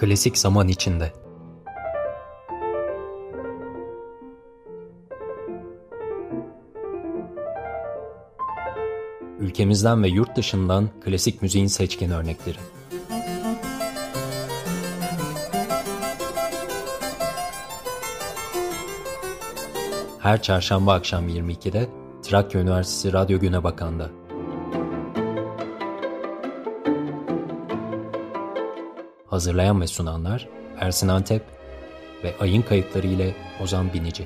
Klasik zaman içinde. Ülkemizden ve yurt dışından klasik müziğin seçkin örnekleri. Her çarşamba akşam 22'de Trakya Üniversitesi Radyo Günebakan'da. Hazırlayan ve sunanlar Ersin Antep ve Ayın kayıtları ile Ozan Binici.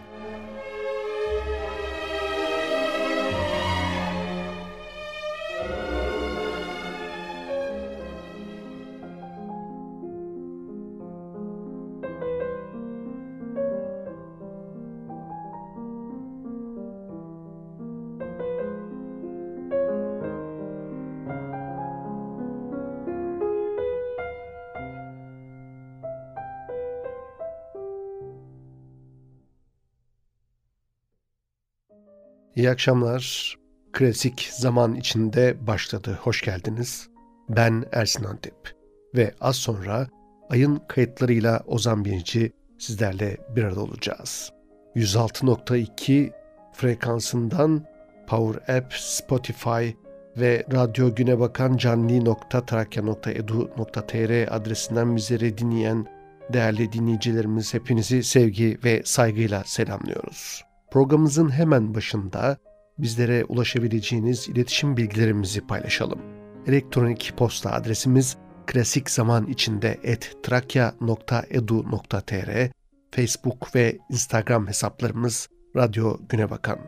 İyi akşamlar. Klasik zaman içinde başladı. Hoş geldiniz. Ben Ersin Antep ve az sonra Ayın kayıtlarıyla Ozan Binici sizlerle bir arada olacağız. 106.2 frekansından Power App, Spotify ve Radyo Günebakan canli.trakya.edu.tr adresinden bizleri dinleyen değerli dinleyicilerimiz hepinizi sevgi ve saygıyla selamlıyoruz. Programımızın hemen başında bizlere ulaşabileceğiniz iletişim bilgilerimizi paylaşalım. Elektronik posta adresimiz klasikzaman.trakya.edu.tr, Facebook ve Instagram hesaplarımız Radyo Günebakan.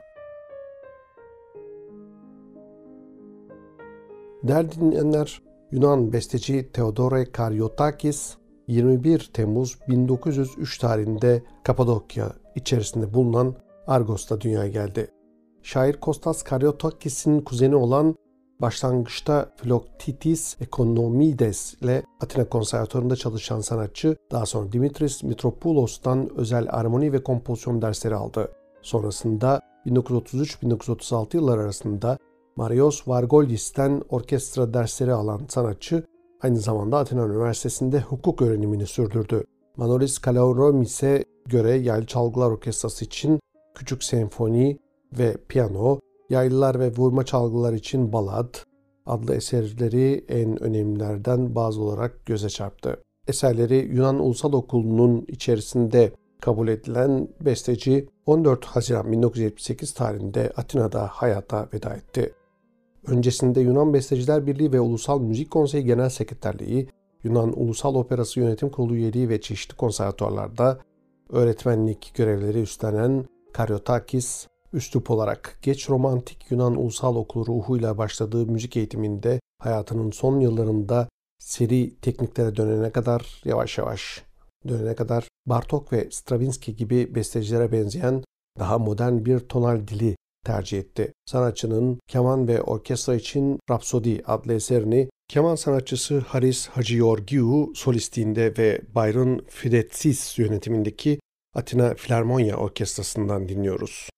Değerli dinleyenler, Yunan besteci Theodore Karyotakis 21 Temmuz 1903 tarihinde Kapadokya içerisinde bulunan Argos'ta dünyaya geldi. Şair Kostas Karyotakis'in kuzeni olan başlangıçta Philoktitis Ekonomides ile Atina Konservatuvarı'nda çalışan sanatçı daha sonra Dimitris Mitropoulos'tan özel armoni ve kompozisyon dersleri aldı. Sonrasında 1933-1936 yılları arasında Marios Vargolis'ten orkestra dersleri alan sanatçı aynı zamanda Atina Üniversitesi'nde hukuk öğrenimini sürdürdü. Manolis Kalouramis'e göre yaylı çalgılar orkestrası için küçük senfoni ve piyano, yaylılar ve vurma çalgılar için balad adlı eserleri en önemlilerden bazı olarak göze çarptı. Eserleri Yunan Ulusal Okulu'nun içerisinde kabul edilen besteci 14 Haziran 1978 tarihinde Atina'da hayata veda etti. Öncesinde Yunan Besteciler Birliği ve Ulusal Müzik Konseyi Genel Sekreterliği, Yunan Ulusal Operası Yönetim Kurulu üyeliği ve çeşitli konservatuvarlarda öğretmenlik görevleri üstlenen Karyotakis, üslup olarak geç romantik Yunan Ulusal Okulu ruhuyla başladığı müzik eğitiminde hayatının son yıllarında seri tekniklere yavaş yavaş dönene kadar Bartok ve Stravinsky gibi bestecilere benzeyen daha modern bir tonal dili tercih etti. Sanatçının keman ve orkestra için Rhapsody adlı eserini keman sanatçısı Haris Hagiorgiou solistliğinde ve Byron Fidetsis yönetimindeki Atina Filarmonya Orkestrası'ndan dinliyoruz.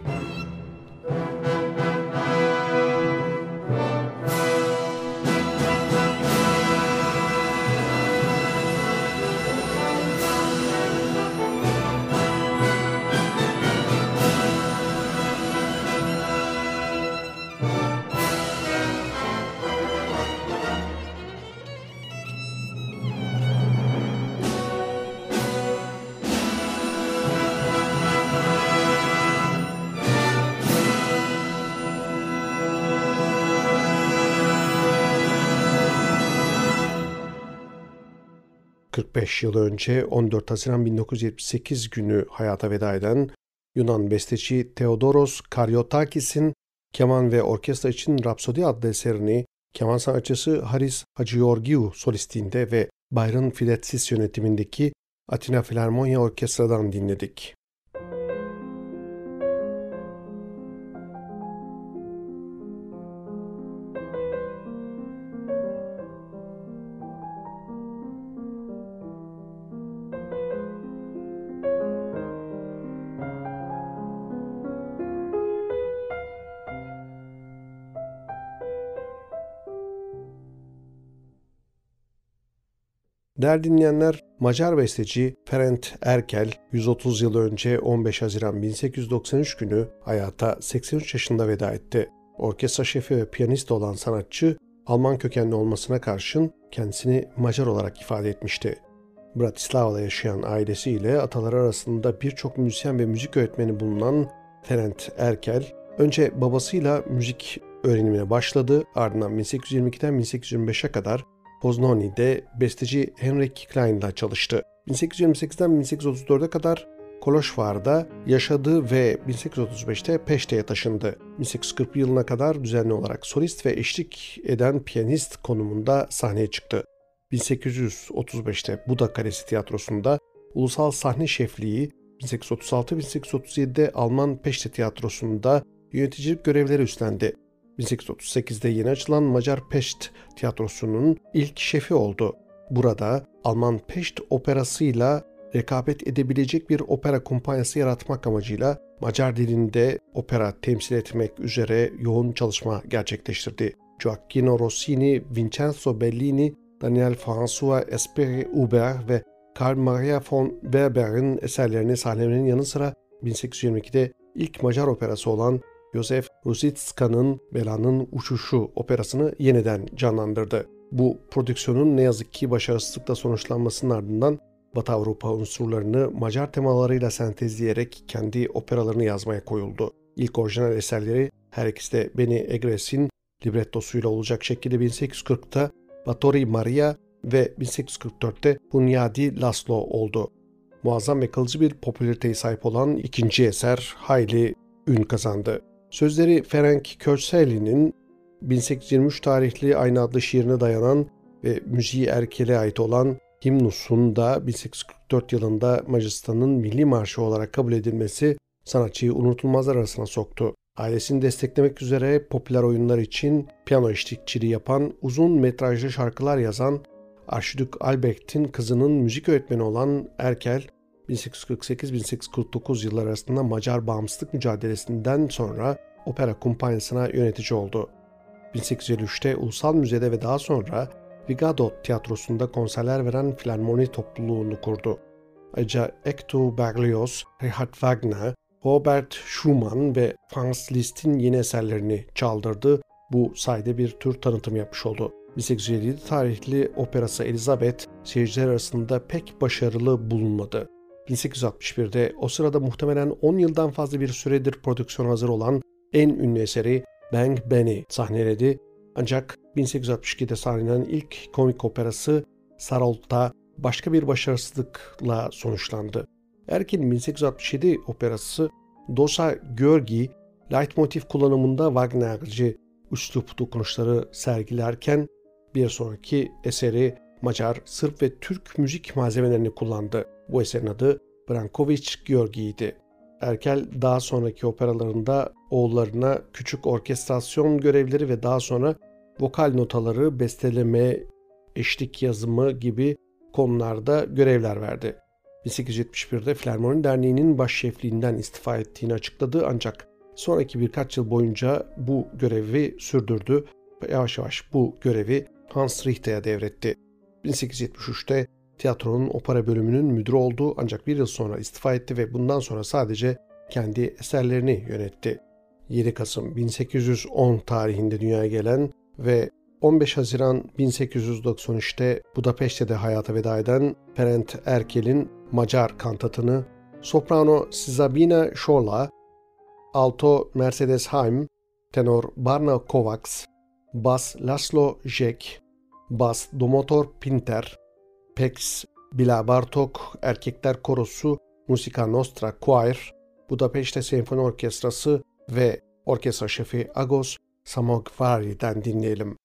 ...45 yıl önce 14 Haziran 1978 günü hayata veda eden Yunan besteci Theodoros Karyotakis'in keman ve orkestra için Rapsodi adlı eserini keman sanatçısı Haris Hacıgeorgiou solistliğinde ve Byron Filetsis yönetimindeki Atina Filarmonia Orkestra'dan dinledik. Değerli dinleyenler, Macar besteci Ferenc Erkel 130 yıl önce 15 Haziran 1893 günü hayata 83 yaşında veda etti. Orkestra şefi ve piyanist olan sanatçı, Alman kökenli olmasına karşın kendisini Macar olarak ifade etmişti. Bratislava'da yaşayan ailesiyle ataları arasında birçok müzisyen ve müzik öğretmeni bulunan Ferenc Erkel, önce babasıyla müzik öğrenimine başladı, ardından 1822'den 1825'e kadar Poznani'de besteci Henryk Klein'la çalıştı. 1828'den 1834'e kadar Koloşvar'da yaşadı ve 1835'te Peşte'ye taşındı. 1840 yılına kadar düzenli olarak solist ve eşlik eden piyanist konumunda sahneye çıktı. 1835'te Buda Kalesi Tiyatrosu'nda ulusal sahne şefliği, 1836-1837'de Alman Peşte Tiyatrosu'nda yöneticilik görevleri üstlendi. 1838'de yeni açılan Macar Pest Tiyatrosu'nun ilk şefi oldu. Burada Alman Pest operasıyla rekabet edebilecek bir opera kumpanyası yaratmak amacıyla Macar dilinde opera temsil etmek üzere yoğun çalışma gerçekleştirdi. Gioacchino Rossini, Vincenzo Bellini, Daniel François Esperi-Hubert ve Karl Maria von Weber'in eserlerini sahnelemenin yanı sıra 1822'de ilk Macar operası olan Józef Ruzická'nın Bela'nın Uçuşu operasını yeniden canlandırdı. Bu prodüksiyonun ne yazık ki başarısızlıkla sonuçlanmasının ardından Batı Avrupa unsurlarını Macar temalarıyla sentezleyerek kendi operalarını yazmaya koyuldu. İlk orijinal eserleri her ikisi de Beni Egres'in librettosuyla olacak şekilde 1840'ta Báthory Maria ve 1844'te Hunyadi Laszlo oldu. Muazzam ve kalıcı bir popülariteye sahip olan ikinci eser hayli ün kazandı. Sözleri Ferenc Körseli'nin 1823 tarihli aynı adlı şiirine dayanan ve müziği Erkel'e ait olan Himnus'un da 1844 yılında Macaristan'ın milli marşı olarak kabul edilmesi sanatçıyı unutulmazlar arasına soktu. Ailesini desteklemek üzere popüler oyunlar için piyano eşlikçiliği yapan, uzun metrajlı şarkılar yazan Arşidük Albrecht'in kızının müzik öğretmeni olan Erkel, 1848-1849 yılları arasında Macar bağımsızlık mücadelesinden sonra opera kumpanyasına yönetici oldu. 1853'te Ulusal Müze'de ve daha sonra Vigado Tiyatrosu'nda konserler veren filarmoni topluluğunu kurdu. Ayrıca Hector Berlioz, Richard Wagner, Robert Schumann ve Franz Liszt'in yeni eserlerini çaldırdı. Bu sayede bir tür tanıtım yapmış oldu. 1857 tarihli operası Elizabeth seyirciler arasında pek başarılı bulunmadı. 1861'de o sırada muhtemelen 10 yıldan fazla bir süredir prodüksiyon hazır olan en ünlü eseri Bang Benny sahneledi. Ancak 1862'de sahnelenen ilk komik operası Sarolta başka bir başarısızlıkla sonuçlandı. Erkin 1867 operası Dosa Gheorghi leitmotiv kullanımında Wagnerci üslup dokunuşları sergilerken bir sonraki eseri Macar, Sırp ve Türk müzik malzemelerini kullandı. Bu eserin adı Branković Gheorghi'ydi. Erkel daha sonraki operalarında oğullarına küçük orkestrasyon görevleri ve daha sonra vokal notaları, besteleme, eşlik yazımı gibi konularda görevler verdi. 1871'de Filarmoni Derneği'nin baş şefliğinden istifa ettiğini açıkladı ancak sonraki birkaç yıl boyunca bu görevi sürdürdü ve yavaş yavaş bu görevi Hans Richter'e devretti. 1873'te tiyatronun opera bölümünün müdürü oldu ancak bir yıl sonra istifa etti ve bundan sonra sadece kendi eserlerini yönetti. 7 Kasım 1810 tarihinde dünyaya gelen ve 15 Haziran 1893'te Budapeşte'de hayata veda eden Ferenc Erkel'in Macar kantatını soprano Sabina Schola, alto Mercedes Haim, tenor Barna Kovacs, bas Laszlo Zsek, bas Domotor Pinter, Pex Bila Bartok, erkekler korosu Musica Nostra Choir, Budapeşte Senfoni Orkestrası ve orkestra şefi Agos Samogvari'den dinleyelim.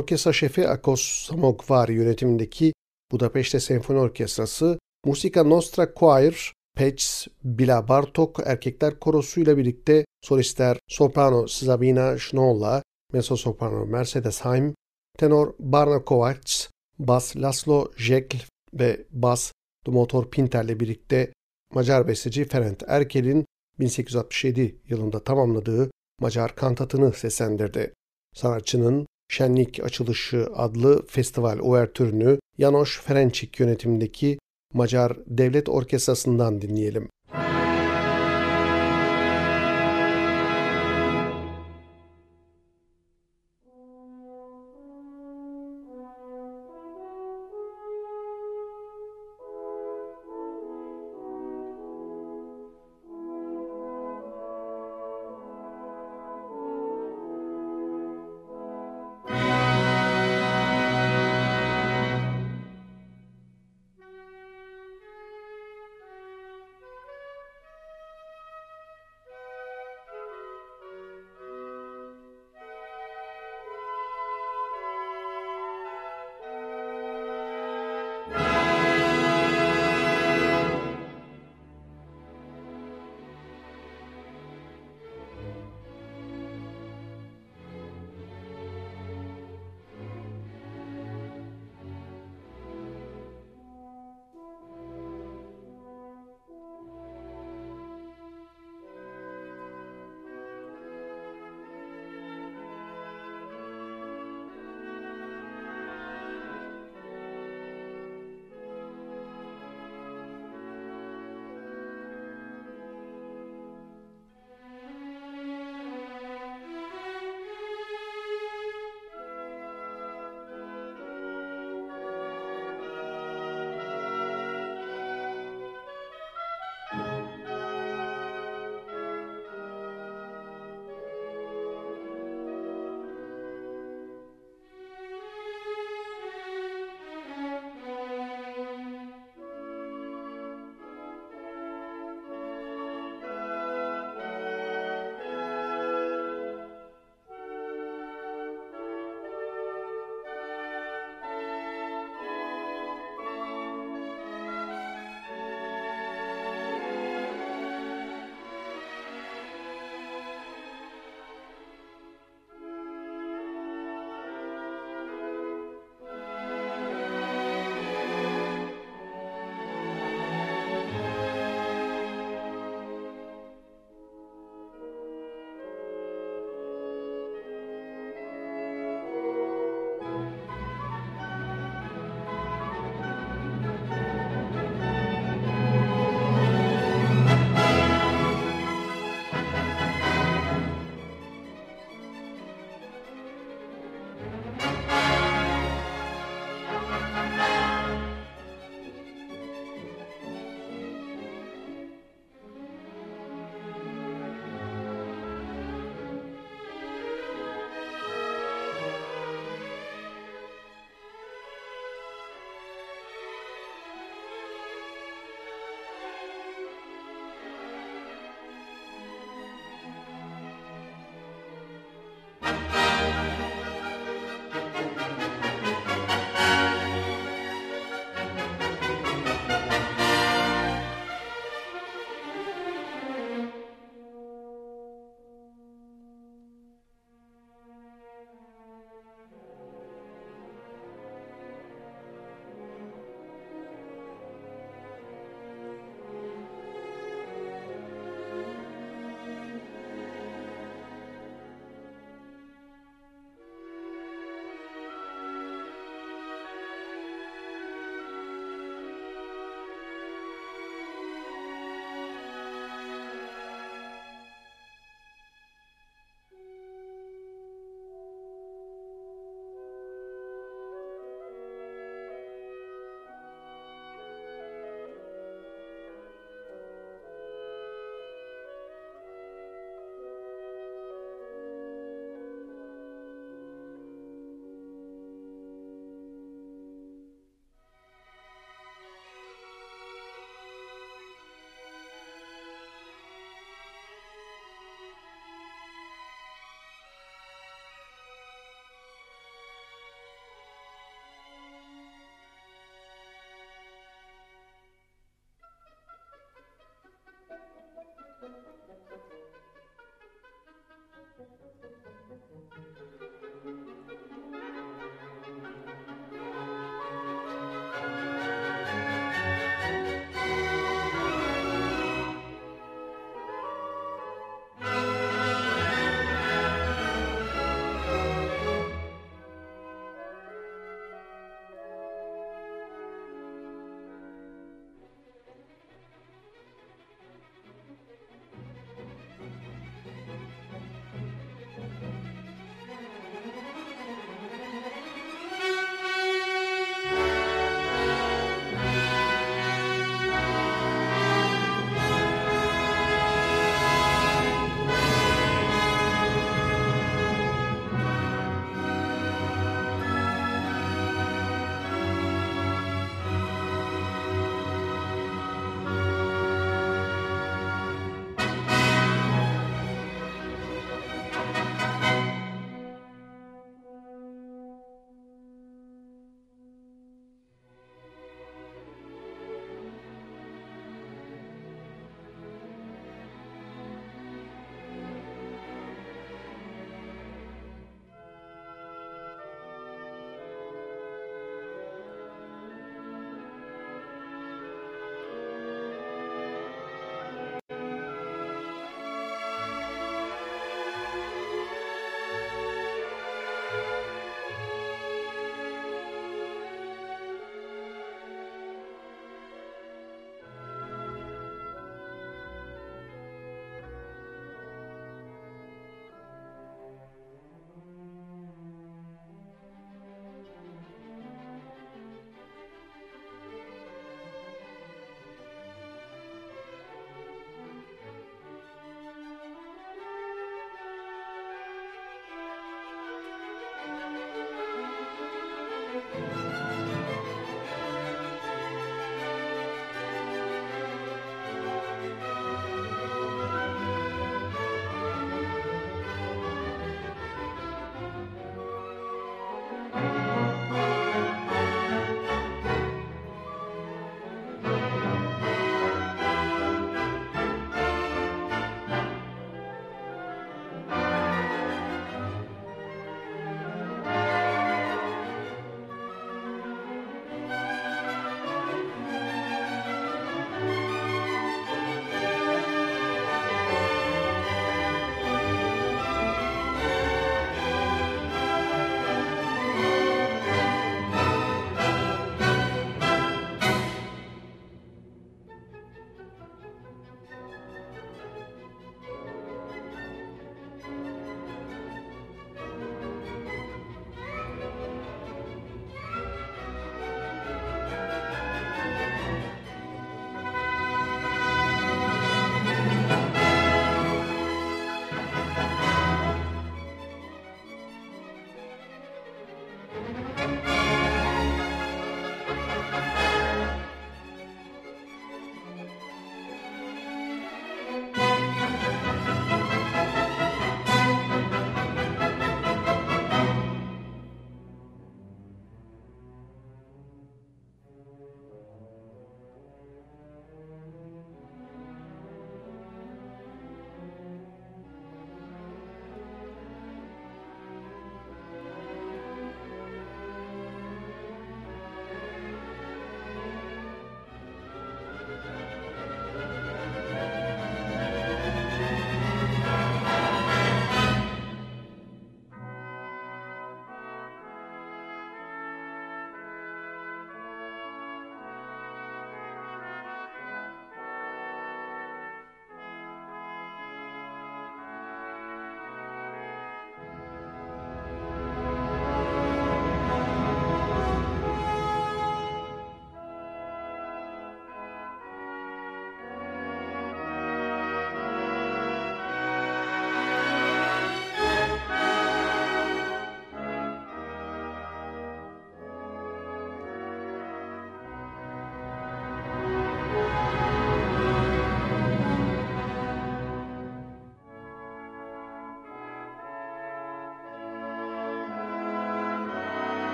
orkestra şefi Akos Samogvari yönetimindeki Budapeşte Senfoni Orkestrası, Musica Nostra Choir, Pets, Bela Bartok erkekler korosuyla birlikte solistler soprano Sabina Schnolla, mezzosoprano Mercedes Haim, tenor Barna Kovacs, bas Laszlo Jekl ve bas Dmytro Pinter'le birlikte Macar besteci Ferenc Erkel'in 1867 yılında tamamladığı Macar kantatını seslendirdi. Sanatçının Şenlik Açılışı adlı festival uvertürünü János Ferencsik yönetimindeki Macar Devlet Orkestrası'ndan dinleyelim.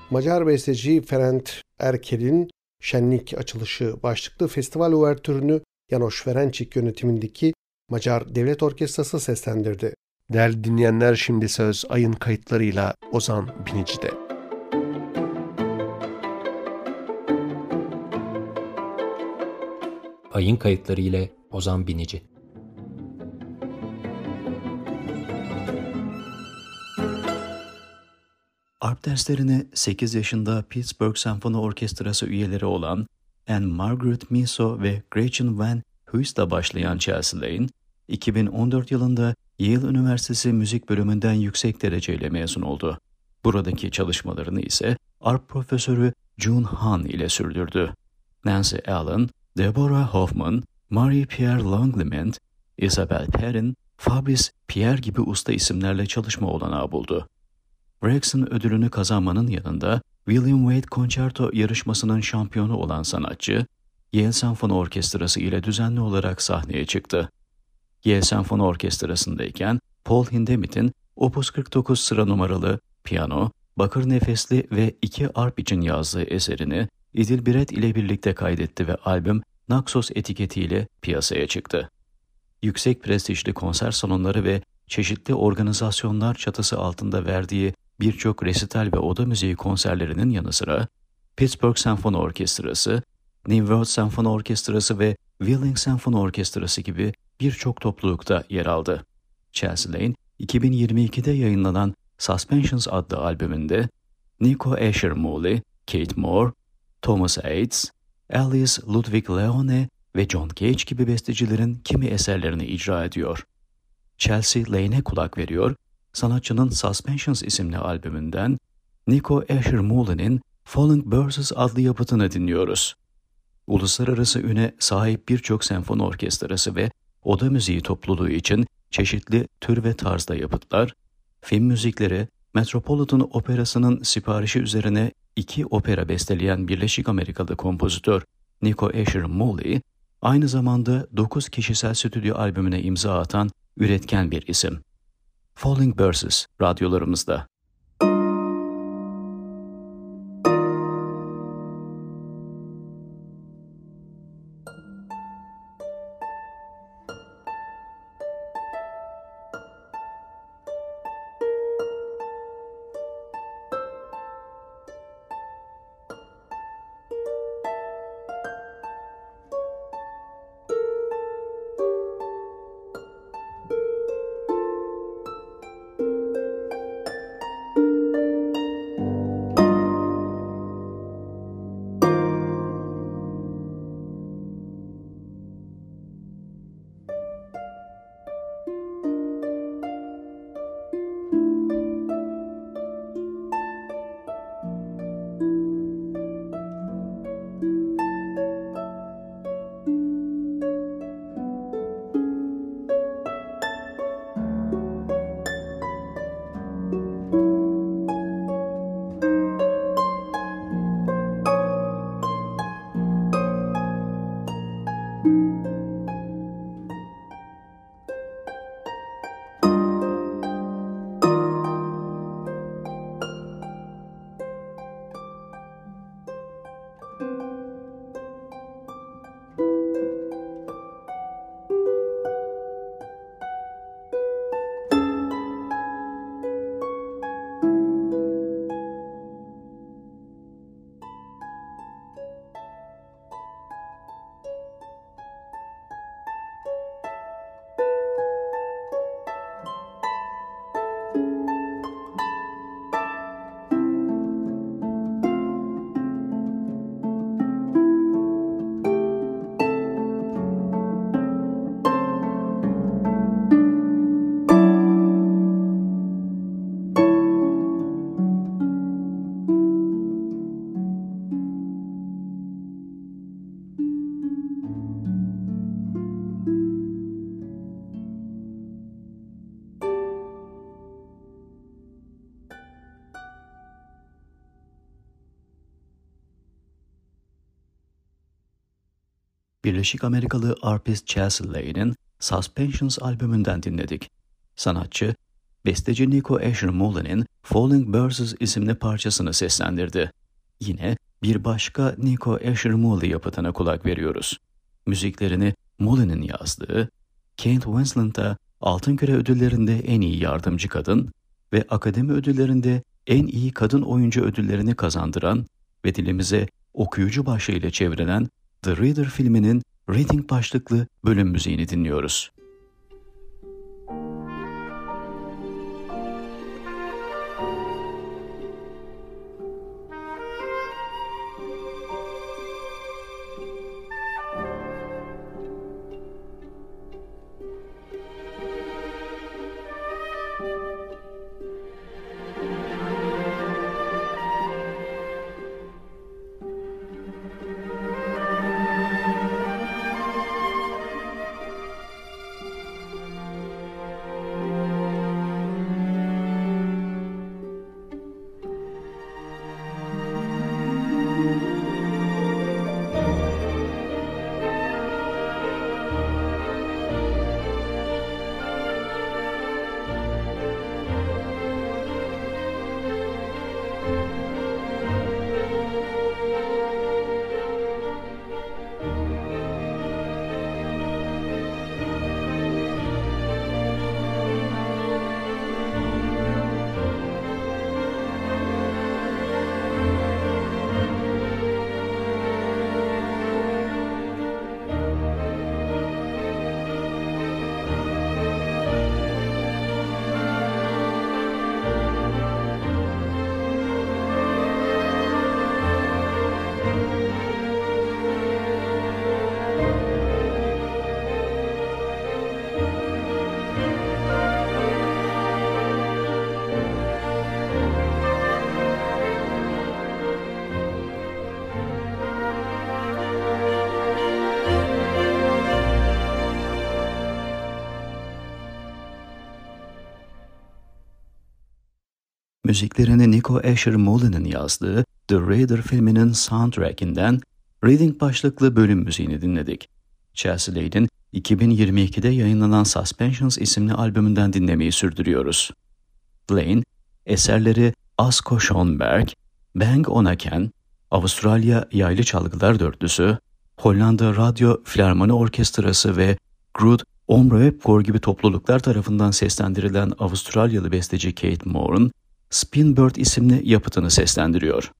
Macar besteci Ferenc Erkel'in Şenlik Açılışı başlıklı festival uvertürünü János Ferencsik yönetimindeki Macar Devlet Orkestrası seslendirdi. Değerli dinleyenler, şimdi söz Ay'ın kayıtlarıyla Ozan Binici'de. Ay'ın kayıtları ile Ozan Binici. Arp derslerine 8 yaşında Pittsburgh Senfoni Orkestrası üyeleri olan Anne Margaret Miso ve Gretchen Van Huys'la başlayan Chelsea Lane, 2014 yılında Yale Üniversitesi Müzik Bölümünden yüksek dereceyle mezun oldu. Buradaki çalışmalarını ise arp profesörü June Hahn ile sürdürdü. Nancy Allen, Deborah Hoffman, Marie-Pierre Langlement, Isabelle Perrin, Fabrice Pierre gibi usta isimlerle çalışma olanağı buldu. Gregson ödülünü kazanmanın yanında William Wade Concerto yarışmasının şampiyonu olan sanatçı, Yale Senfoni Orkestrası ile düzenli olarak sahneye çıktı. Yale Senfoni Orkestrası'ndayken Paul Hindemith'in Opus 49 sıra numaralı piyano, bakır nefesli ve 2 arp için yazdığı eserini İdil Biret ile birlikte kaydetti ve albüm Naxos etiketiyle piyasaya çıktı. Yüksek prestijli konser salonları ve çeşitli organizasyonlar çatısı altında verdiği birçok resital ve oda müziği konserlerinin yanı sıra Pittsburgh Senfoni Orkestrası, New World Senfoni Orkestrası ve Wheeling Senfoni Orkestrası gibi birçok toplulukta yer aldı. Chelsea Lane, 2022'de yayınlanan Suspensions adlı albümünde Nico Asher-Mooley, Kate Moore, Thomas Aitz, Alice Ludwig-Leone ve John Cage gibi bestecilerin kimi eserlerini icra ediyor. Chelsea Lane'e kulak veriyor, sanatçının Suspensions isimli albümünden Nico Asher-Mooley'nin Falling Verses adlı yapıtını dinliyoruz. Uluslararası üne sahip birçok senfoni orkestrası ve oda müziği topluluğu için çeşitli tür ve tarzda yapıtlar, film müzikleri, Metropolitan Operası'nın siparişi üzerine 2 opera besteleyen Birleşik Amerikalı kompozitör Nico Asher-Mooley, aynı zamanda 9 kişisel stüdyo albümüne imza atan üretken bir isim. Falling Verses radyolarımızda. Birleşik Amerikalı arpist Chelsea Lane'in Suspensions albümünden dinledik. Sanatçı, besteci Nico Asher-Mullen'in Falling Verses isimli parçasını seslendirdi. Yine bir başka Nico Asher-Mullen yapıtına kulak veriyoruz. Müziklerini Mullen'in yazdığı, Kate Winslet'a Altın Küre ödüllerinde en iyi yardımcı kadın ve Akademi ödüllerinde en iyi kadın oyuncu ödüllerini kazandıran ve dilimize okuyucu başlığıyla çevrilen The Reader filminin Reading başlıklı bölüm müziğini dinliyoruz. Müziklerini Nico Asher-Mullen'in yazdığı The Reader filminin soundtrackinden Reading başlıklı bölüm müziğini dinledik. Chelsea Lane'in 2022'de yayınlanan Suspensions isimli albümünden dinlemeyi sürdürüyoruz. Lane, eserleri Asko Schoenberg, Bang Olufsen, Avustralya Yaylı Çalgılar Dörtlüsü, Hollanda Radyo Filarmoni Orkestrası ve Groot Omroepkoor gibi topluluklar tarafından seslendirilen Avustralyalı besteci Kate Moore'un Spinbird isimli yapıtını seslendiriyor.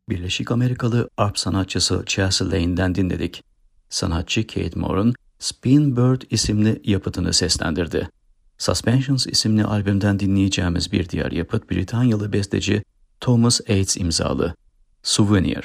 Birleşik Amerikalı arp sanatçısı Chelsea Lane'den dinledik. Sanatçı Kate Moore'un Spin Bird isimli yapıtını seslendirdi. Suspensions isimli albümden dinleyeceğimiz bir diğer yapıt Britanyalı besteci Thomas Ates imzalı Souvenir.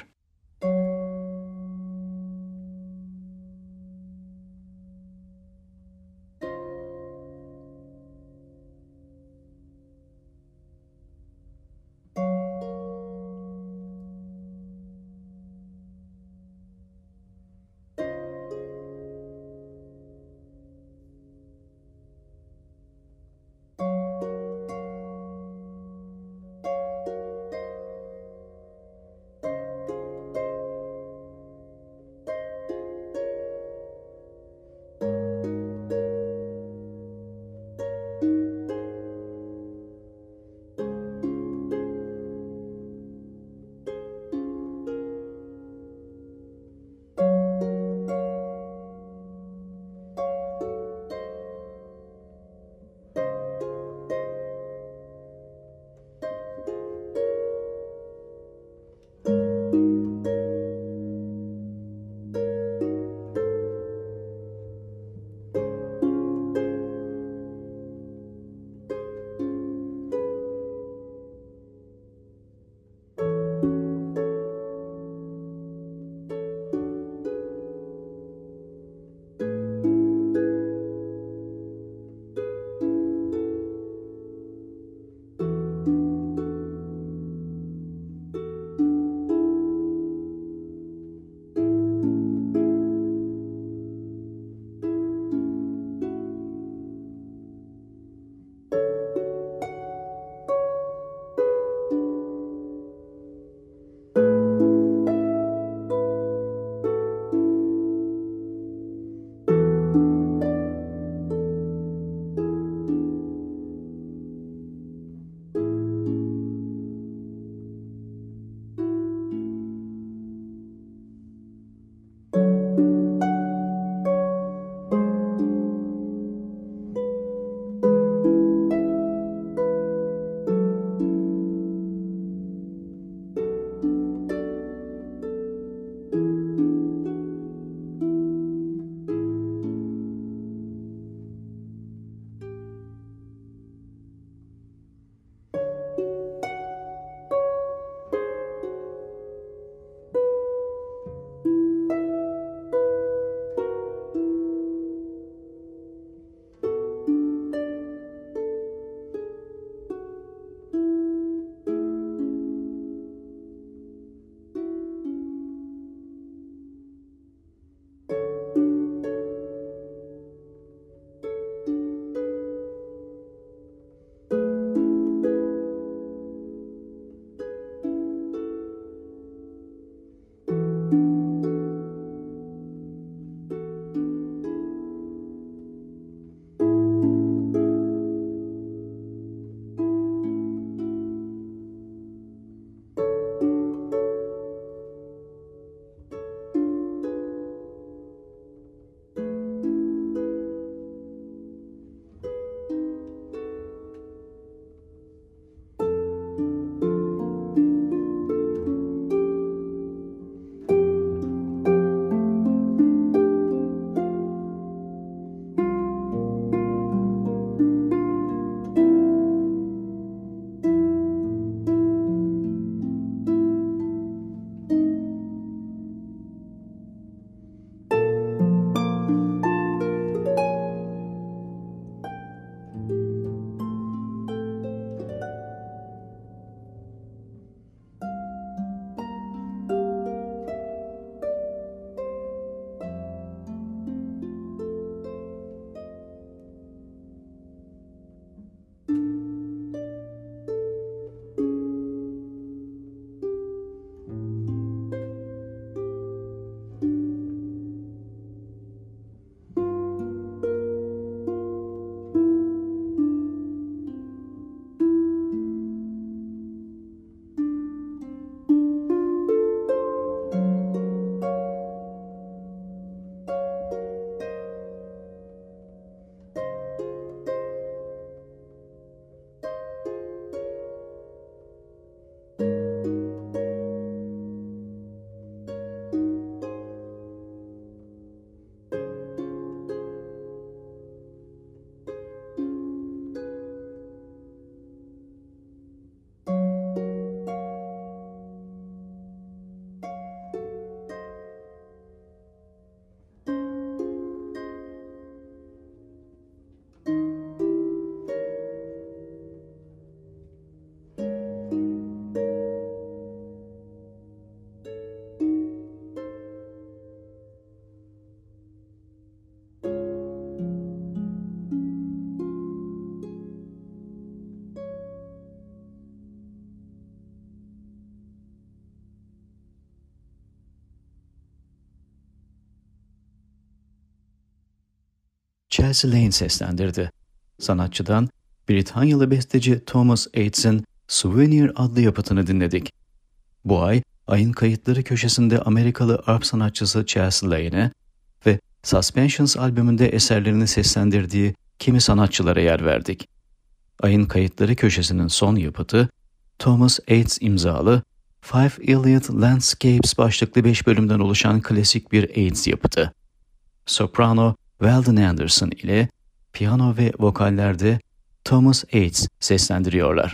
Chelsea Lane seslendirdi. Sanatçıdan Britanyalı besteci Thomas Aids'in Souvenir adlı yapıtını dinledik. Bu ay, ayın kayıtları köşesinde Amerikalı arp sanatçısı Chelsea Lane'e ve Suspensions albümünde eserlerini seslendirdiği kimi sanatçılara yer verdik. Ayın kayıtları köşesinin son yapıtı, Thomas Aids imzalı Five Iliad Landscapes başlıklı 5 bölümden oluşan klasik bir Aids yapıtı. Soprano Weldon Anderson ile piyano ve vokallerde Thomas Aids seslendiriyorlar.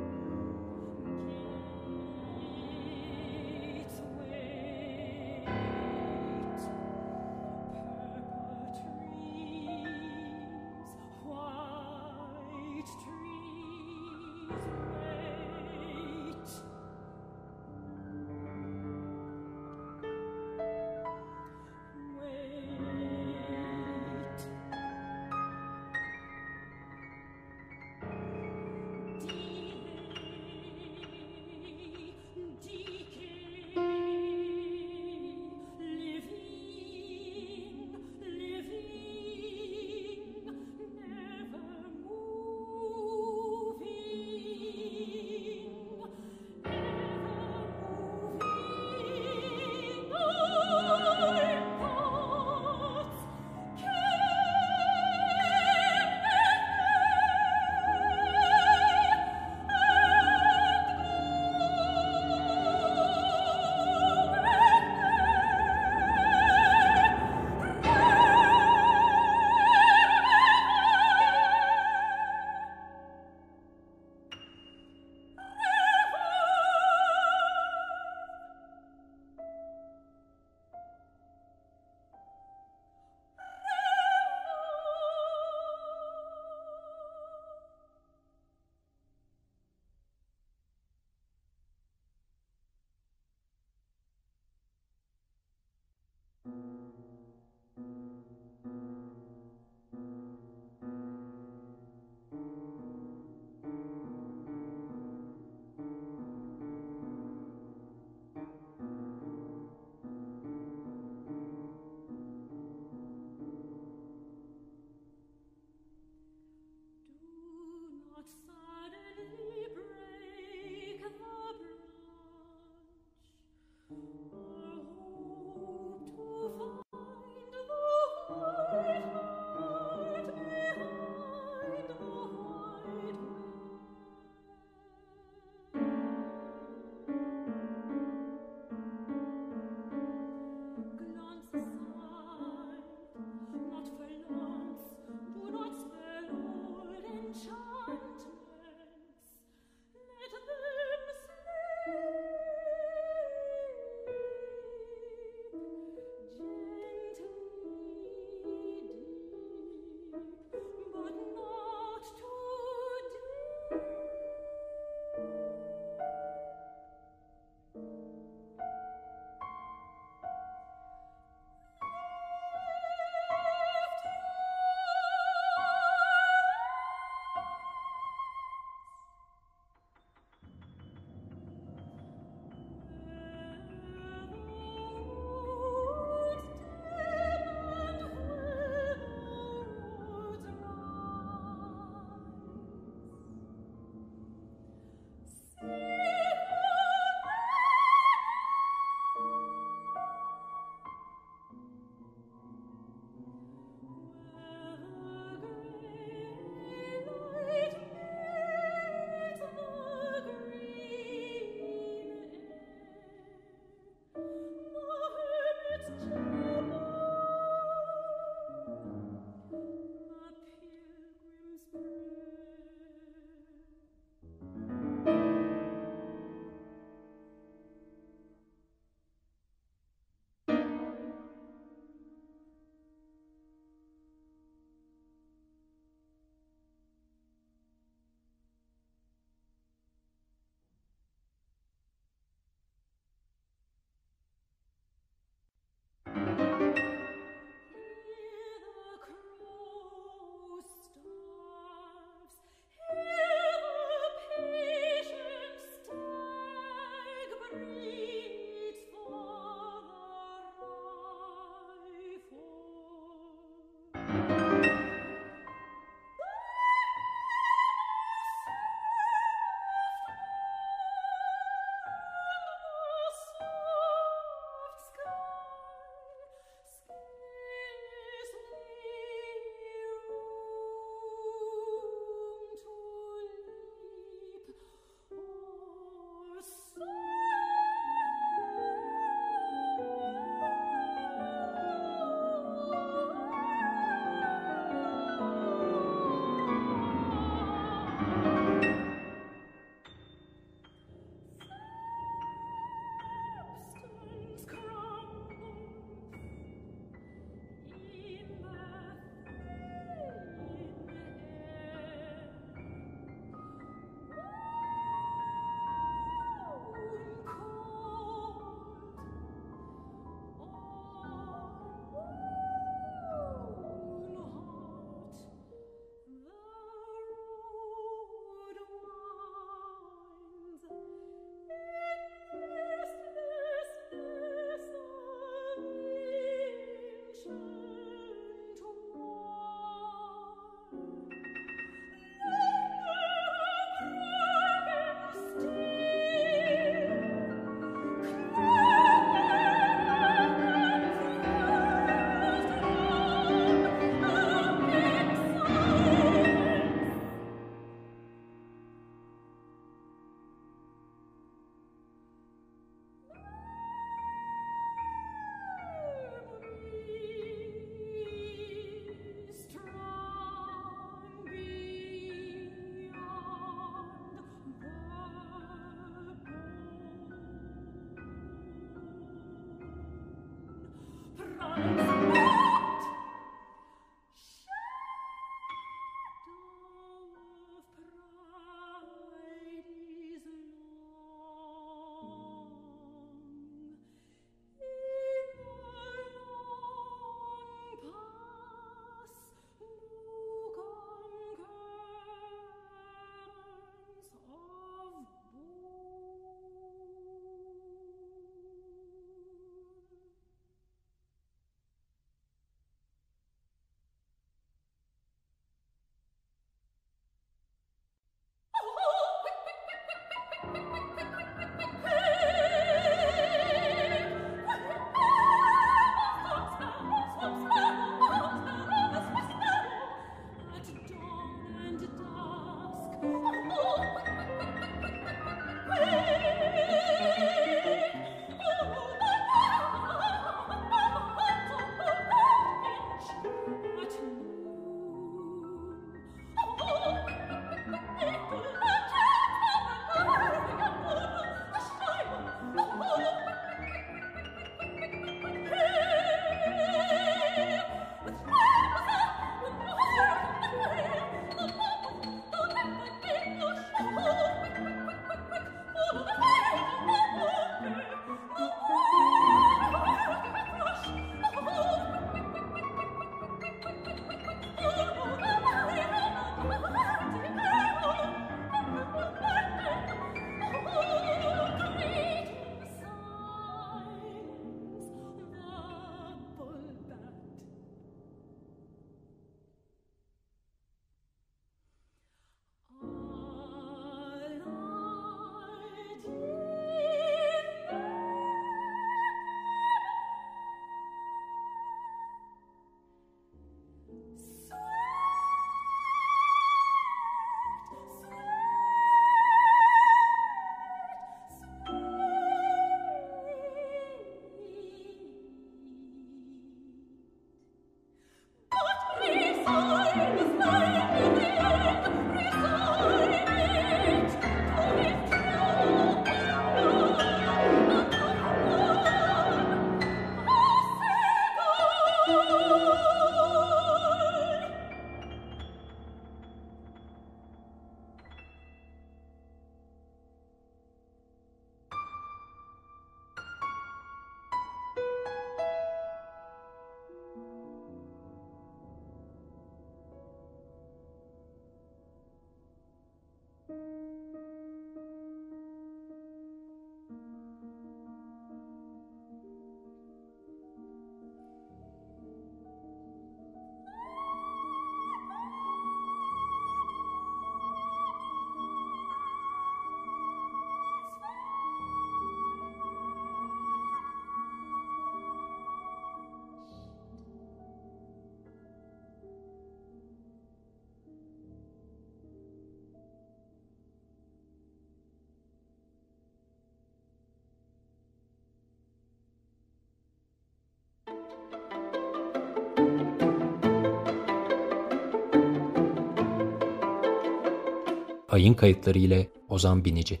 Ayın Kayıtları ile Ozan Binici.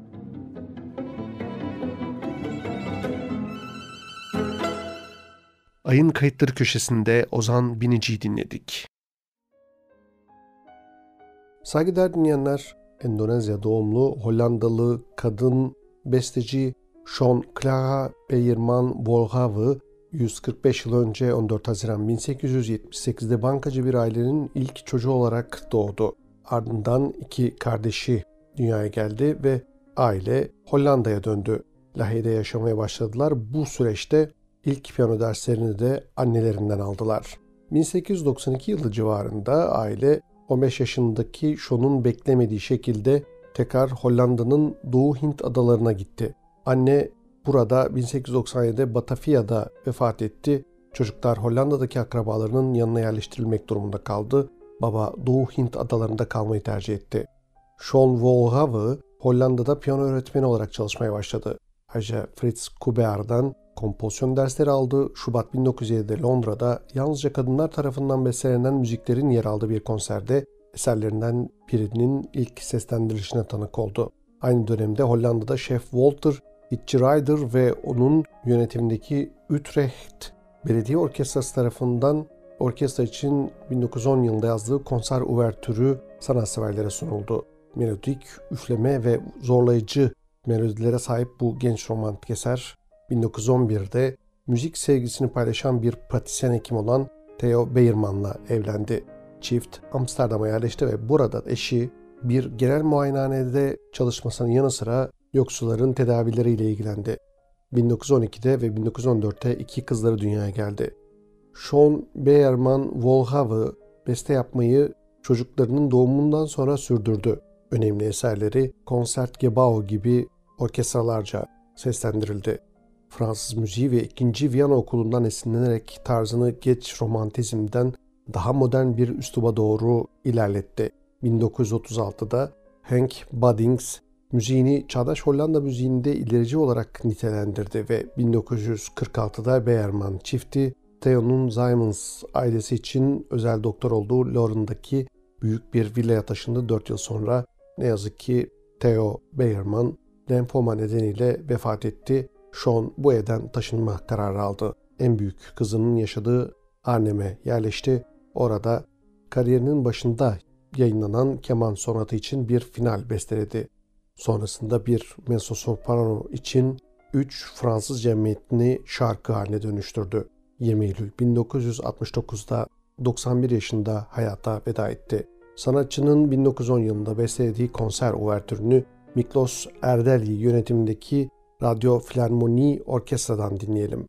Ayın Kayıtları köşesinde Ozan Binici'yi dinledik. Saygıdeğer dinleyenler, Endonezya doğumlu Hollandalı kadın besteci Sean Clara Beyerman Wolgave 145 yıl önce 14 Haziran 1878'de bankacı bir ailenin ilk çocuğu olarak doğdu. Ardından iki kardeşi dünyaya geldi ve aile Hollanda'ya döndü. Lahey'de yaşamaya başladılar. Bu süreçte ilk piyano derslerini de annelerinden aldılar. 1892 yılı civarında aile 15 yaşındaki Sean'un beklemediği şekilde tekrar Hollanda'nın Doğu Hint adalarına gitti. Anne burada 1897'de Batavia'da vefat etti. Çocuklar Hollanda'daki akrabalarının yanına yerleştirilmek durumunda kaldı. Baba Doğu Hint adalarında kalmayı tercih etti. Sean Wolgave Hollanda'da piyano öğretmeni olarak çalışmaya başladı. Ayrıca Frits Kubeer'dan kompozisyon dersleri aldı. Şubat 1907'de Londra'da yalnızca kadınlar tarafından bestelenen müziklerin yer aldığı bir konserde eserlerinden birinin ilk seslendirilişine tanık oldu. Aynı dönemde Hollanda'da Chef Walter Hitchrider ve onun yönetimindeki Utrecht Belediye Orkestrası tarafından orkestra için 1910 yılında yazdığı konser uvertürü sanatseverlere sunuldu. Melodik, üfleme ve zorlayıcı melodilere sahip bu genç romantik eser 1911'de müzik sevgisini paylaşan bir pratisyen hekim olan Theo Beyerman'la evlendi. Çift Amsterdam'a yerleşti ve burada eşi bir genel muayenehanede çalışmasının yanı sıra yoksulların tedavileriyle ilgilendi. 1912'de ve 1914'te iki kızları dünyaya geldi. Sean Beyerman Wolgave beste yapmayı çocuklarının doğumundan sonra sürdürdü. Önemli eserleri Concertgebouw gibi orkestralarca seslendirildi. Fransız müziği ve 2. Viyana Okulu'ndan esinlenerek tarzını geç romantizmden daha modern bir üsluba doğru ilerletti. 1936'da Henk Baddings müziğini çağdaş Hollanda müziğinde ilerici olarak nitelendirdi ve 1946'da Beyerman çifti Theo'nun Simons ailesi için özel doktor olduğu Loren'daki büyük bir villaya taşındı. 4 yıl sonra ne yazık ki Theo Beyerman lenfoma nedeniyle vefat etti. Sean bu evden taşınma kararı aldı. En büyük kızının yaşadığı Arnhem'e yerleşti. Orada kariyerinin başında yayınlanan keman sonatı için bir final besteledi. Sonrasında bir mezzosoprano için 3 Fransız cemiyetini şarkı haline dönüştürdü. 20 Eylül 1969'da 91 yaşında hayata veda etti. Sanatçının 1910 yılında bestelediği konser uvertürünü Miklos Erdeli yönetimindeki Radyo Filarmoni Orkestra'dan dinleyelim.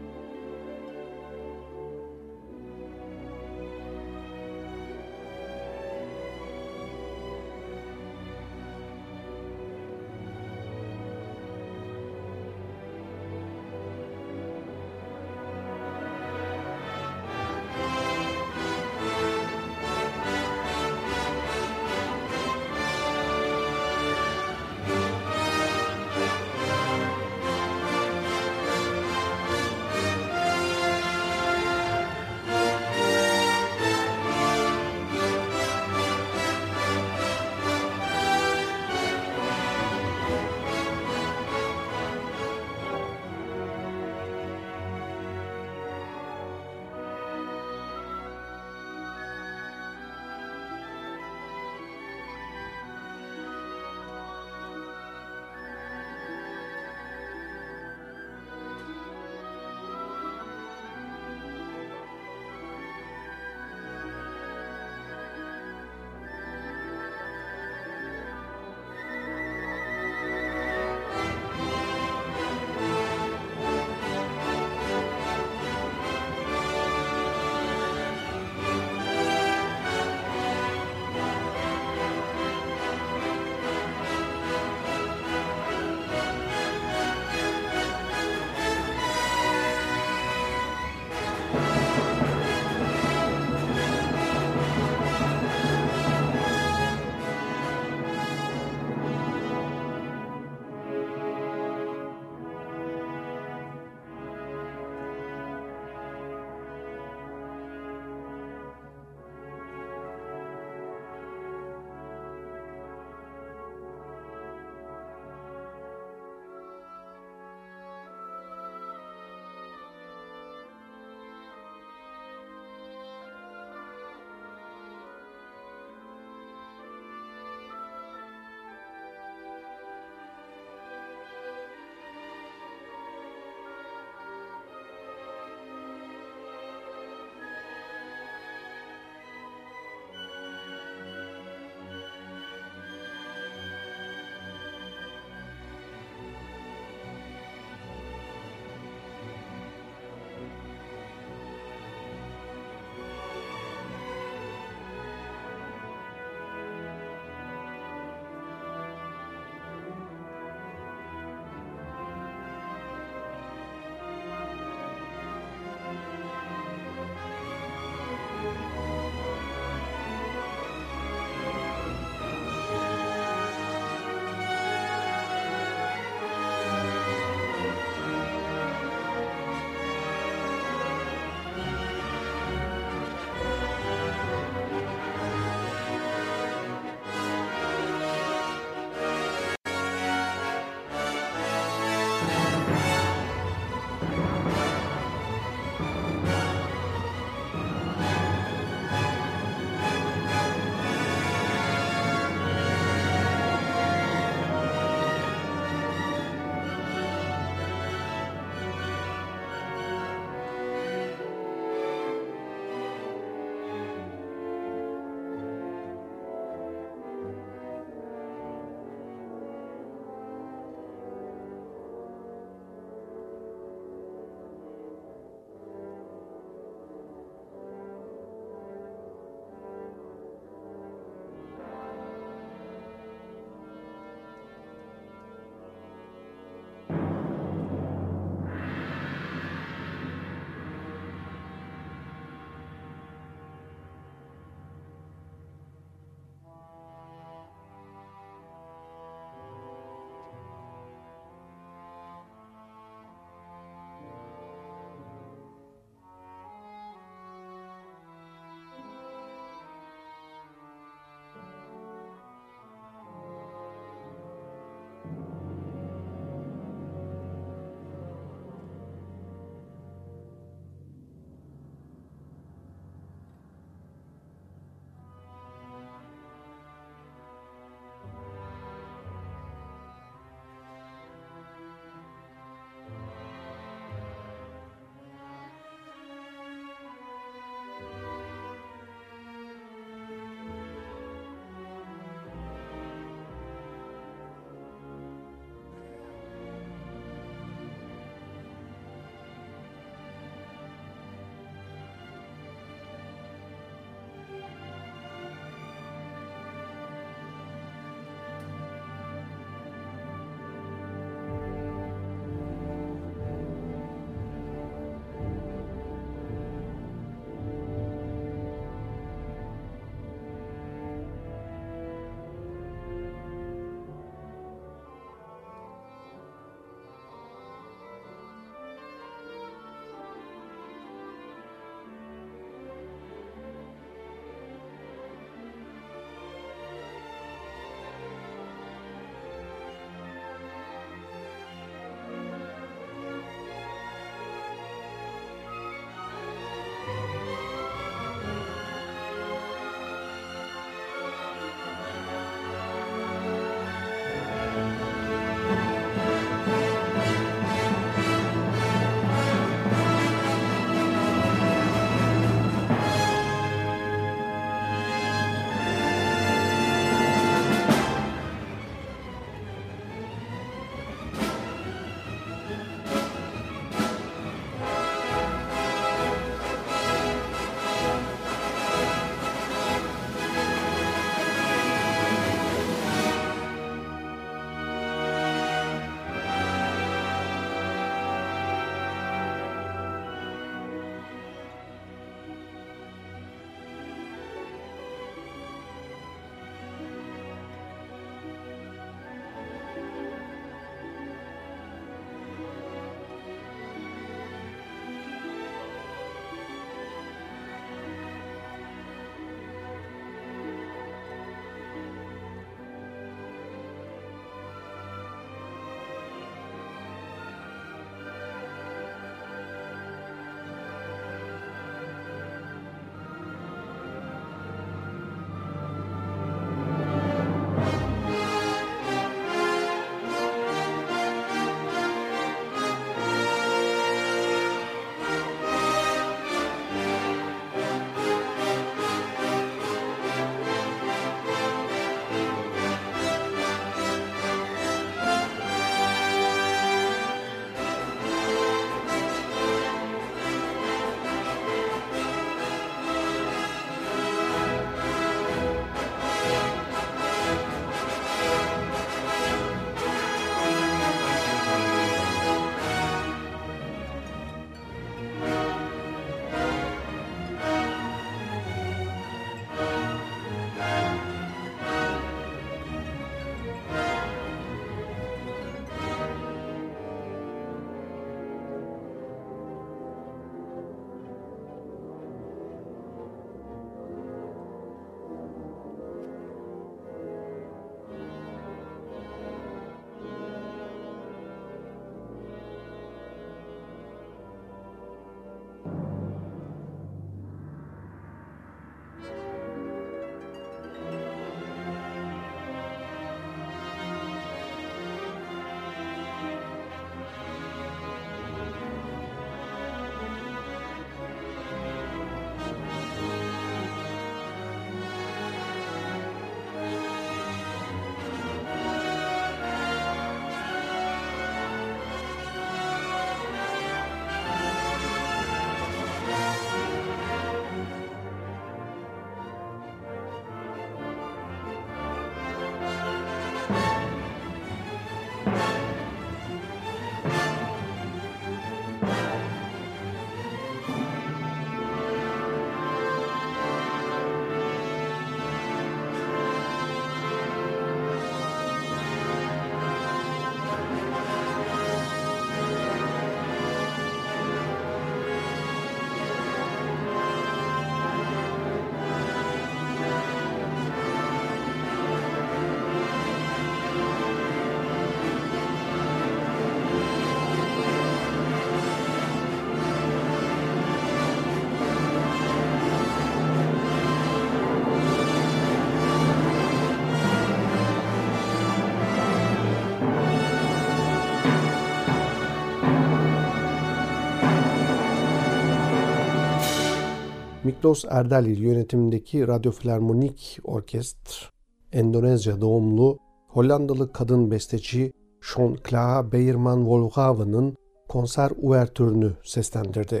Miklos Erdalil yönetimindeki Radyo Filarmonik Orkestr, Endonezya doğumlu Hollandalı kadın besteci Sean Klaha Beyerman-Wolghaven'ın konser uvertürünü seslendirdi.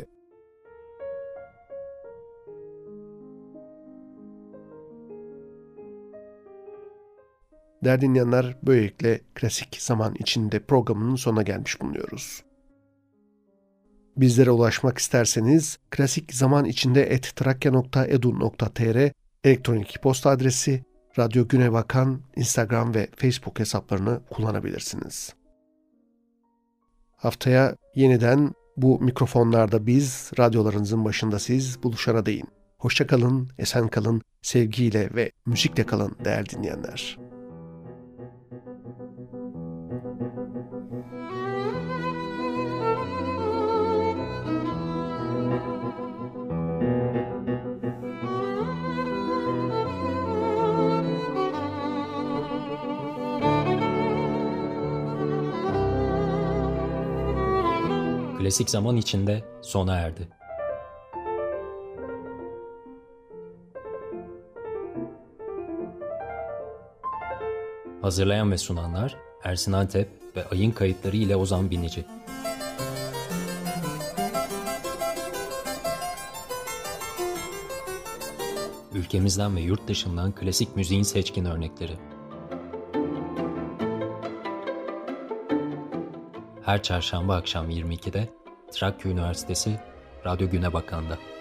Değerli dinleyenler, böylelikle Klasik Zaman içinde programının sonuna gelmiş bulunuyoruz. Bizlere ulaşmak isterseniz klasikzamanicinde@trakya.edu.tr elektronik posta adresi, Radyo Güne Bakan Instagram ve Facebook hesaplarını kullanabilirsiniz. Haftaya yeniden bu mikrofonlarda biz, radyolarınızın başında siz buluşana değin. Hoşça kalın, esen kalın, sevgiyle ve müzikle kalın değerli dinleyenler. Klasik Zaman içinde sona erdi. Hazırlayan ve sunanlar Ersin Antep ve Ayın kayıtları ile Ozan Binici. Ülkemizden ve yurt dışından klasik müziğin seçkin örnekleri. Her çarşamba akşam 22'de Trakya Üniversitesi Radyo Güne Bakan'da.